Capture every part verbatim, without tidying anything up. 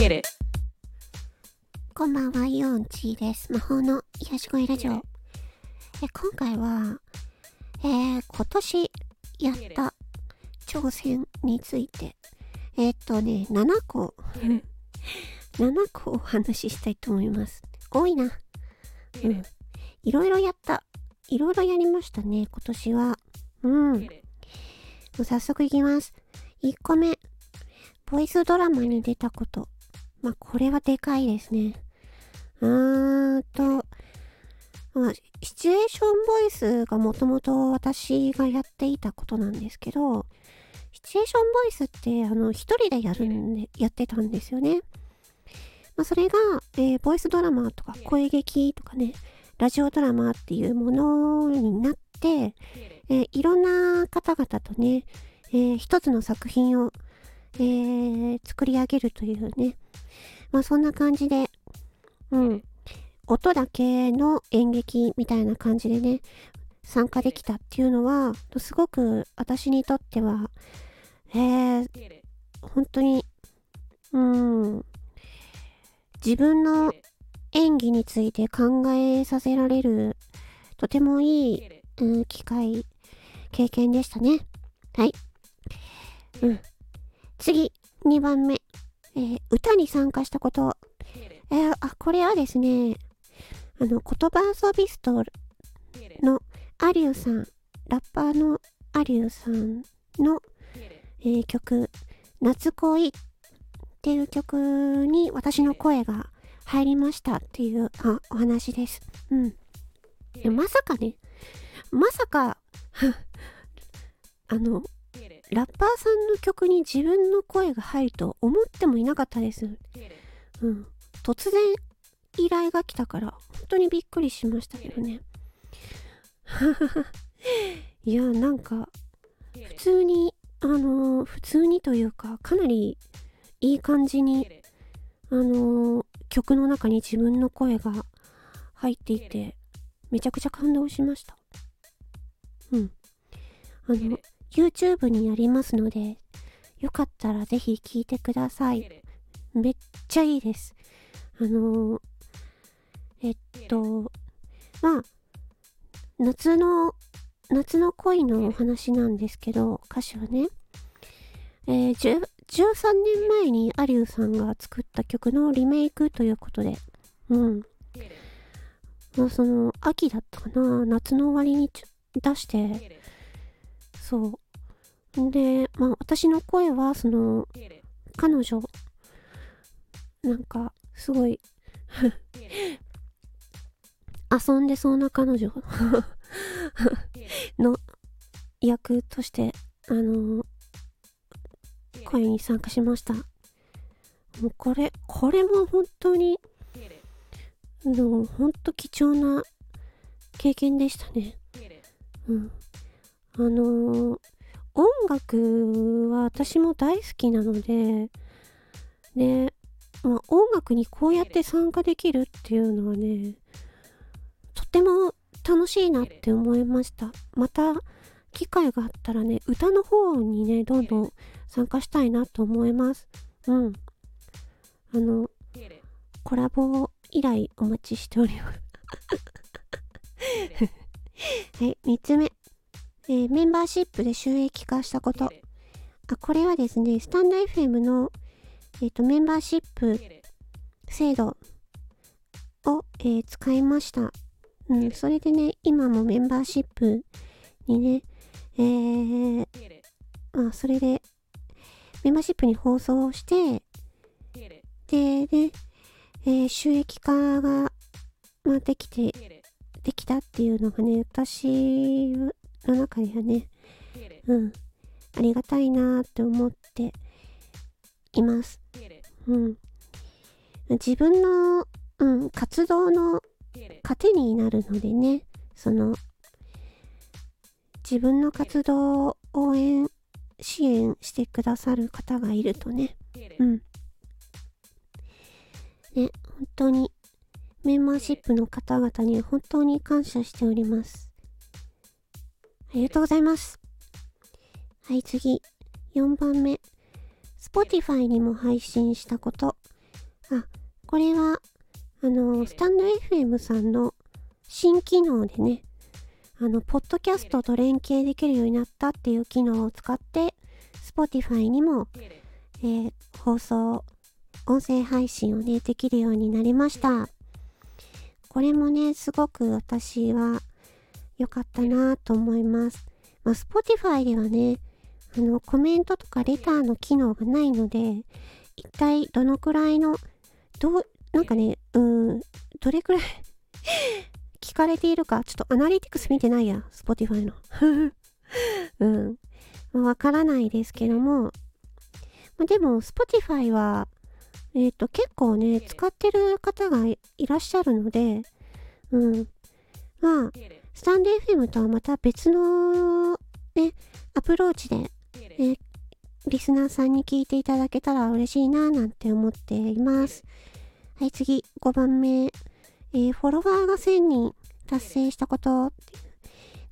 こんばんは、イオンチーです。魔法の癒し声ラジオ。え今回は、えー、今年やった挑戦について、えー、っとね、ななこ、ななこお話ししたいと思います。多いな。うん。いろいろやった。いろいろやりましたね、今年は。うん。もう早速いきます。いっこめ、ボイスドラマに出たこと。まあ、これはでかいですね。うーんと、まあ、シチュエーションボイスがもともと私がやっていたことなんですけど、シチュエーションボイスってあの一人でやるんで、やってたんですよね。まあ、それが、えー、ボイスドラマとか声劇とかね、ラジオドラマっていうものになって、えー、いろんな方々とね、えー、一つの作品を、えー、作り上げるというね、まあそんな感じで、うん。音だけの演劇みたいな感じでね、参加できたっていうのは、すごく私にとっては、えー、本当に、うん、自分の演技について考えさせられる、とてもいい、うん、機会、経験でしたね。はい。うん。次、にばんめ。えー、歌に参加したこと。えー、あ、これはですね、あの、言葉遊びストのアリューさん、ラッパーのアリューさんの、えー、曲、夏恋っていう曲に私の声が入りましたっていうあお話です。うん。でまさかね、まさか、あの、ラッパーさんの曲に自分の声が入ると思ってもいなかったです。うん。突然依頼が来たから、本当にびっくりしましたけどね。いや、なんか、普通に、あのー、普通にというか、かなりいい感じに、あのー、曲の中に自分の声が入っていて、めちゃくちゃ感動しました。うん。あの、YouTube にありますので、よかったらぜひ聴いてください。めっちゃいいです。あのー、えっと、まあ、夏の、夏の恋のお話なんですけど、歌詞はね、えー、じゅうさんねんまえにアリューさんが作った曲のリメイクということで、うん。まあ、その、秋だったかな、夏の終わりに出して、そう。で、まあ、私の声は、その、彼女、なんか、すごい、遊んでそうな彼女の役として、あのー、声に参加しました。もうこれ、これも本当に、でも本当貴重な経験でしたね。うん。あのー、音楽は私も大好きなので、で、まあ、音楽にこうやって参加できるっていうのはね、とても楽しいなって思いました。また、機会があったらね、歌の方にね、どんどん参加したいなと思います。うん。あの、コラボ依頼お待ちしております。はい、みっつめ。えー、メンバーシップで収益化したこと。あ、これはですね、スタンド エフエム の、えっと、メンバーシップ制度を、えー、使いました。うん、それでね、今もメンバーシップにね、えー、まあ、それで、メンバーシップに放送して、で、ね、えー、収益化が、まあ、できて、できたっていうのがね、私の中ではね、うん、ありがたいなって思っています。うん。自分の、うん、活動の糧になるのでね、その、自分の活動を応援、支援してくださる方がいるとね、うん。ね、本当に、メンバーシップの方々に本当に感謝しております。ありがとうございます。はい、次。よんばんめ。Spotify にも配信したこと。 あ、これは、あの、スタンド エフエム さんの新機能でね、あの、ポッドキャストと連携できるようになったっていう機能を使って、Spotify にも、えー、放送、音声配信をね、できるようになりました。これもね、すごく私は良かったなと思います。まあ、Spotify ではね、あの、コメントとかレターの機能がないので、一体どのくらいの、どう、なんかね、うーん、どれくらい聞かれているか、ちょっとアナリティクス見てないや、Spotify の。うん。まあ、わからないですけども、まあ、でも、Spotify は、えっと、結構ね、使ってる方が い, いらっしゃるので、うん。まあ、スタンド エフエム とはまた別の、ね、アプローチで、ね、リスナーさんに聞いていただけたら嬉しいななんて思っています。はい、次、ごばんめ。えー、フォロワーがせんにん達成したことっていう。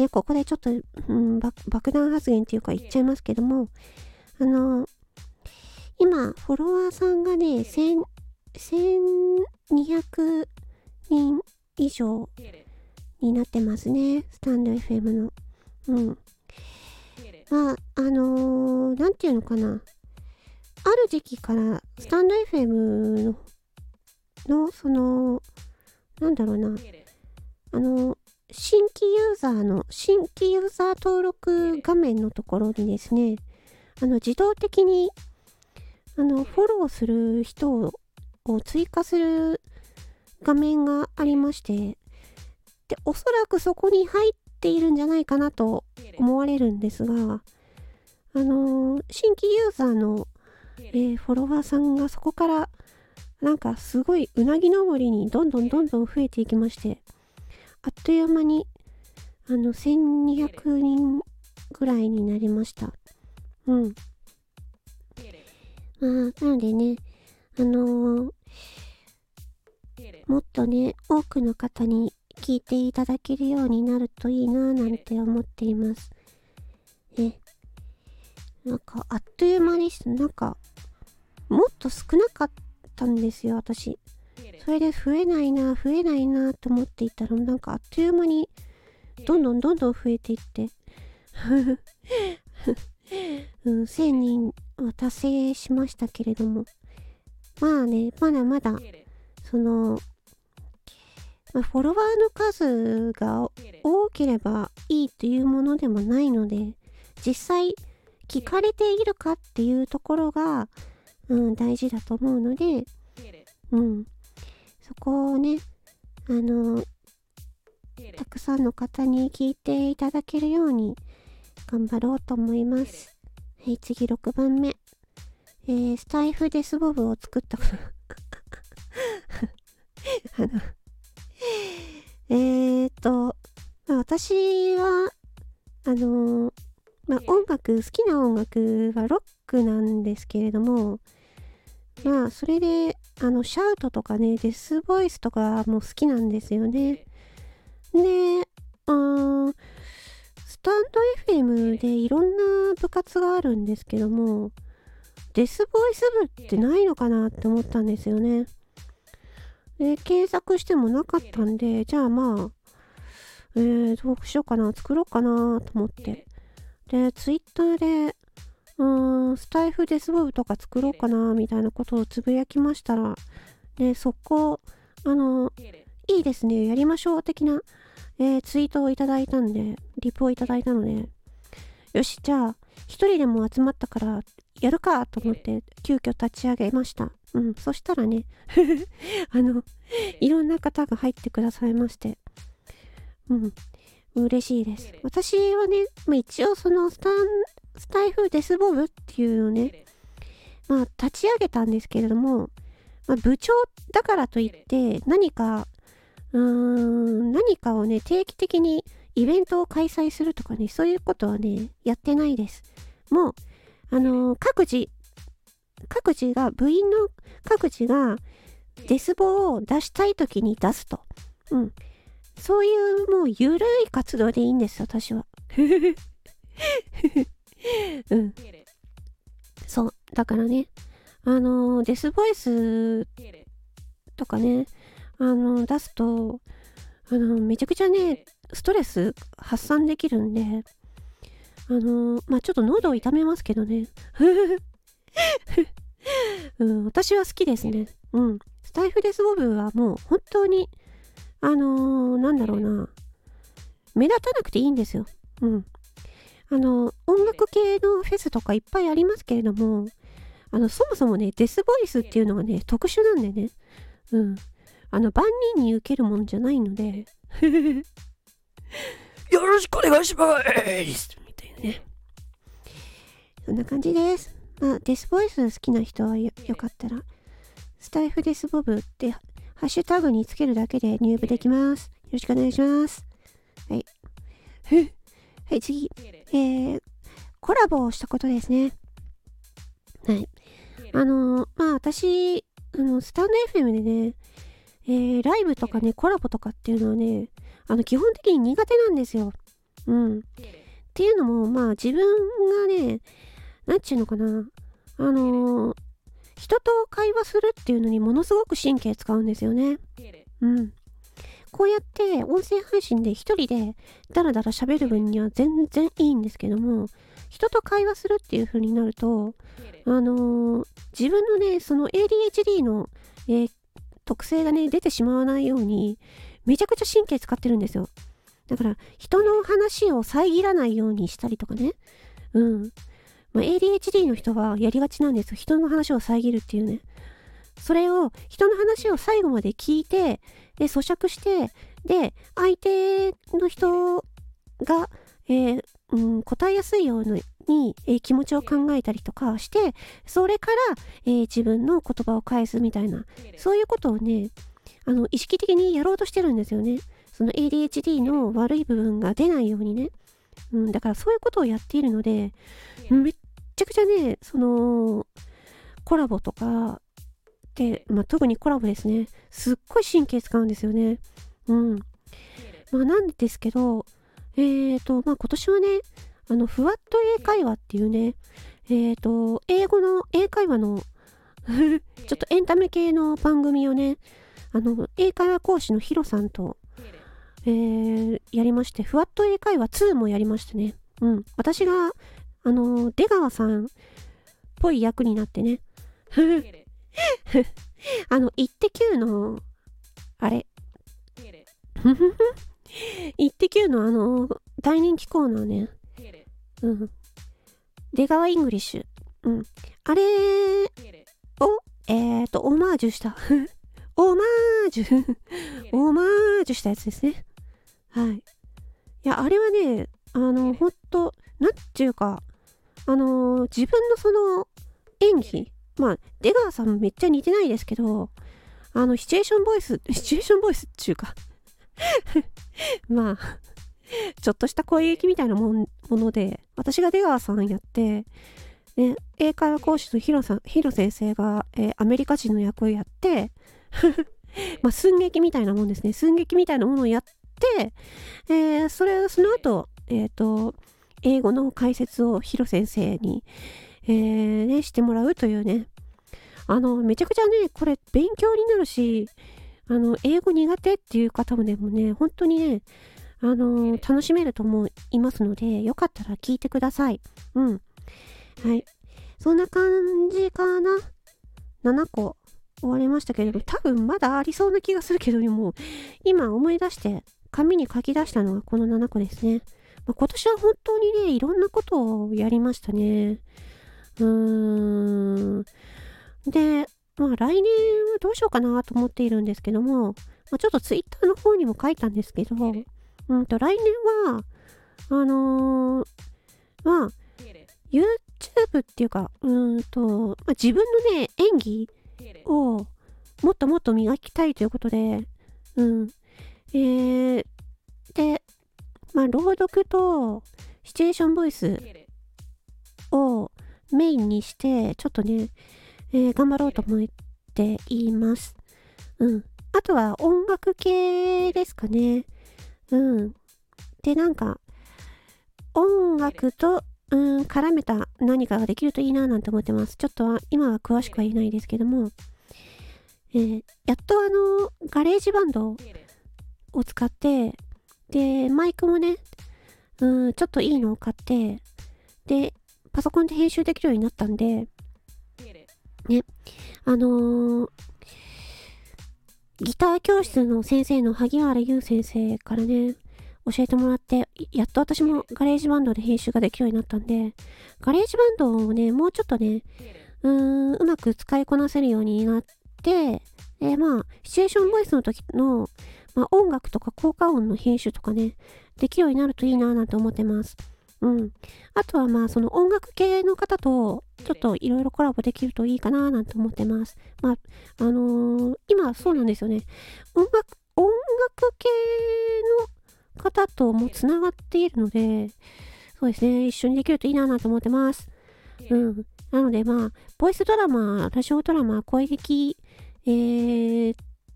ね、ここでちょっと、うん、爆弾発言っていうか言っちゃいますけども、あの、今、フォロワーさんがね、せん、せんにひゃくにん以上になってますね。スタンド エフエム の。うん。まあ、あのー、なんていうのかな。ある時期からスタンド エフエム の、の、その、なんだろうな。あの、新規ユーザーの、新規ユーザー登録画面のところにですね、あの、自動的に、あの、フォローする人を追加する画面がありまして、で、おそらくそこに入っているんじゃないかなと思われるんですが、あのー、新規ユーザーの、えー、フォロワーさんがそこからなんかすごいうなぎ登りにどんどんどんどん増えていきまして、あっという間にあのせんにひゃくにんぐらいになりました。うん。まあ、なのでね、あのー、もっとね、多くの方に聞いていただけるようになるといいななんて思っています。ね。なんか、あっという間にして、なんか、もっと少なかったんですよ、私。それで増えないな、増えないなと思っていたら、なんかあっという間に、どんどんどんどん増えていって、うん、せんにんは達成しましたけれども、まあね、まだまだ、その、まあ、フォロワーの数が多ければいいというものでもないので、実際聞かれているかっていうところが、うん、大事だと思うので、うん、そこをね、あの、たくさんの方に聞いていただけるように頑張ろうと思います。はい、次ろくばんめ。えー、スタイフデスボブを作ったあのえーっと、まあ、私は、あのー、まあ、音楽、好きな音楽はロックなんですけれども、まあ、それで、あの、シャウトとかね、デスボイスとかも好きなんですよね。で、うーん、スタンド エフエム でいろんな部活があるんですけども、デスボイス部ってないのかなって思ったんですよね。で、検索してもなかったんで、じゃあまあ、えー、どうしようかな、作ろうかなと思って。で、ツイッターで、うーん、スタイフデスボブとか作ろうかな、みたいなことをつぶやきましたら、で、速攻、あの、いいですね、やりましょう、的な、えー、ツイートをいただいたんで、リプをいただいたので、よし、じゃあ、一人でも集まったから、やるかと思って、急遽立ち上げました。うん、そしたらね、あの、いろんな方が入ってくださいまして、うん、嬉しいです。私はね、まあ、一応そのスタン、スタイフデスボブっていうのをね、まあ、立ち上げたんですけれども、まあ、部長だからといって何か、うーん、何かをね、定期的にイベントを開催するとかね、そういうことはね、やってないです。もう、あのー、各自、各自が、部員の各自がデスボを出したい時に出すと。うん。そういうもうゆるい活動でいいんです、私は。うん。そう。だからね、あのー、デスボイスとかね、あの、出すと、あの、めちゃくちゃね、ストレス発散できるんで、あの、まあ、ちょっと喉を痛めますけどね。うん、私は好きですね。うん。スタイフデスボブはもう本当に、あのー、なんだろうな、目立たなくていいんですよ。うん。あの、音楽系のフェスとかいっぱいありますけれども、あの、そもそもね、デスボイスっていうのがね、特殊なんでね、うん。あの、万人に受けるもんじゃないので、よろしくお願いしますみたいなね。そんな感じです。まあ、デスボイス好きな人は よ, よかったら、スタイフデスボブってハッシュタグにつけるだけで入部できます。よろしくお願いします。はい。はい、次。えー、コラボをしたことですね。はい。あのー、まあ私、あの、スタンド エフエム でね、えー、ライブとかね、コラボとかっていうのはね、あの、基本的に苦手なんですよ。うん。っていうのも、まあ自分がね、なんちゅうのかな、あのー、人と会話するっていうのにものすごく神経使うんですよね。うん。こうやって音声配信で一人でダラダラ喋る分には全然いいんですけども、人と会話するっていう風になると、あのー、自分のね、その エーディーエイチディー の、えー、特性がね、出てしまわないように、めちゃくちゃ神経使ってるんですよ。だから、人の話を遮らないようにしたりとかね。うん。まあ、エーディーエイチディー の人はやりがちなんですよ。人の話を遮るっていうね。それを、人の話を最後まで聞いて、で、咀嚼して、で、相手の人が、えーうん、答えやすいように、えー、気持ちを考えたりとかして、それから、えー、自分の言葉を返すみたいな、そういうことをね、あの、意識的にやろうとしてるんですよね。その エーディーエイチディー の悪い部分が出ないようにね。うん、だからそういうことをやっているので、めっちゃくちゃね、その、コラボとかで、まあ、特にコラボですね。すっごい神経使うんですよね。うん。まあ、なんですけど、えーと、まあ、今年はね、あの、ふわっと英会話っていうね、えーと、英語の英会話のちょっとエンタメ系の番組をね、あの、英会話講師のヒロさんと、えー、やりまして、ふわっと英会話ツーもやりましたね。うん。私が、あの、出川さんっぽい役になってね。あの、イッテ Q の、あれ。イッテ Q のあの、大人気コーナーね。うん。出川イングリッシュ。うん。あれを、えーと、オマージュした。オマージュ。オマージュしたやつですね。はい。いや、あれはね、あの、ほんと、なんていうか、あのー、自分のその演技、まあ、出川さんめっちゃ似てないですけど、あの、シチュエーションボイス、シチュエーションボイスっていうかまあ、ちょっとした声劇みたいなもんもので、私が出川さんやって、ね、英会話講師のヒロさん、ヒロ先生が、えー、アメリカ人の役をやってまあ、寸劇みたいなもんですね。寸劇みたいなものをやって、えー、それ、その後、えっと、英語の解説をヒロ先生に、えー、ね、してもらうというね。あの、めちゃくちゃね、これ勉強になるし、あの、英語苦手っていう方もでもね、本当にね、あのー、楽しめると思いますので、よかったら聞いてください。うん。はい。そんな感じかな。ななこ終わりましたけれど、多分まだありそうな気がするけども、今思い出して紙に書き出したのがこのななこですね。まあ、今年は本当にね、いろんなことをやりましたね。うーん。で、まあ来年はどうしようかなと思っているんですけども、まあ、ちょっとツイッターの方にも書いたんですけど、うんと来年は、あのー、まあ、YouTube っていうか、うーんと、まあ、自分のね、演技をもっともっと磨きたいということで、うん。えー、で、まあ、朗読とシチュエーションボイスをメインにして、ちょっとね、えー、頑張ろうと思っています。うん。あとは音楽系ですかね。うん。で、なんか、音楽と、うん、絡めた何かができるといいななんて思ってます。ちょっとは、今は詳しくは言えないですけども、 えー、やっとあの、ガレージバンドを使って、で、マイクもね、うん、ちょっといいのを買って、で、パソコンで編集できるようになったんで、ね、あのー、ギター教室の先生の萩原優先生からね、教えてもらって、やっと私もガレージバンドで編集ができるようになったんで、ガレージバンドをね、もうちょっとね、うーん、うまく使いこなせるようになって、えー、まあ、シチュエーションボイスの時の、まあ、音楽とか効果音の編集とかね、できるようになるといいなぁなんて思ってます。うん。あとはまあ、その音楽系の方と、ちょっといろいろコラボできるといいかなぁなんて思ってます。まあ、あのー、今そうなんですよね。音楽、音楽系の方ともつながっているので、そうですね、一緒にできるといいなぁなんて思ってます。うん。なのでまあ、ボイスドラマ、ラジオドラマ、声劇、えー、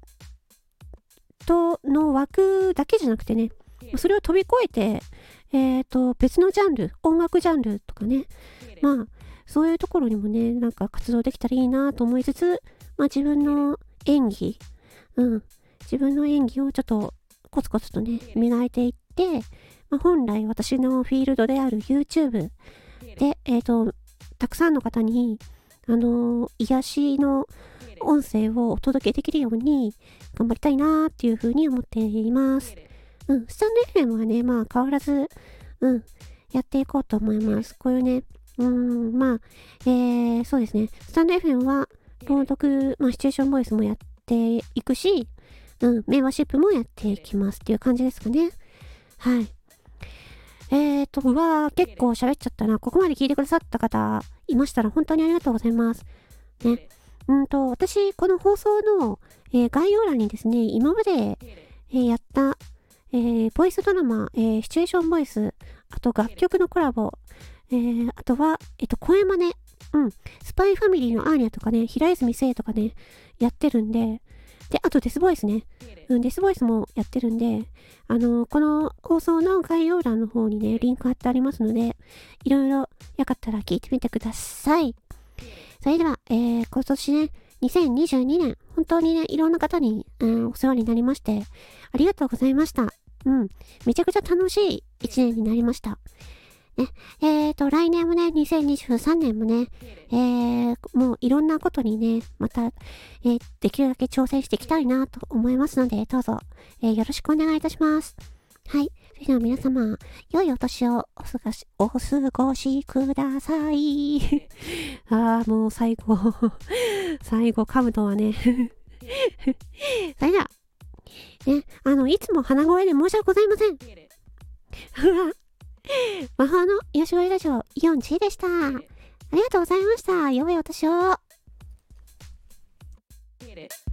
との枠だけじゃなくてね、それを飛び越えて、えっと、別のジャンル、音楽ジャンルとかね、まあ、そういうところにもね、なんか活動できたらいいなと思いつつ、まあ自分の演技、うん、自分の演技をちょっとコツコツとね、磨いていって、まあ、本来私のフィールドである YouTube で、えっと、たくさんの方に、あのー、癒しの音声をお届けできるように頑張りたいなーっていうふうに思っています。うん、スタンド エフエム はね、まあ変わらず、うん、やっていこうと思います。こういうね、うーん、まあ、えー、そうですね。スタンド エフエム は朗読、まあシチュエーションボイスもやっていくし、うん、メンバーシップもやっていきますっていう感じですかね。はい。えーと、うわー、結構喋っちゃったな。ここまで聞いてくださった方いましたら本当にありがとうございます。ね。うんと、私、この放送の、えー概要欄にですね、今まで、えーやった、えーボイスドラマ、えーシチュエーションボイス、あと楽曲のコラボ、えーあとは、えっと、声真似、うん、スパイファミリーのアーニャとかね、平泉聖とかね、やってるんで、で、あとデスボイスね、うん、デスボイスもやってるんで、あのーこの放送の概要欄の方にね、リンク貼ってありますので、いろいろよかったら聞いてみてください。それでは、えー、今年ね、にせんにじゅうにねん、本当にね、いろんな方に、うん、お世話になりまして、ありがとうございました。うん、めちゃくちゃ楽しい一年になりました。ね、えーと、来年もね、にせんにじゅうさんねんもね、えー、もういろんなことにね、また、えー、できるだけ挑戦していきたいなと思いますので、どうぞ、えー、よろしくお願いいたします。はい。それでは皆様、良いお年をお過ごし、お過ごしください。ああ、もう最後、最後噛むのはね。それでは、ね、あの、いつも鼻声で申し訳ございません。魔法の癒し声ラジオ、イオンチーでした。ありがとうございました。良いお年を。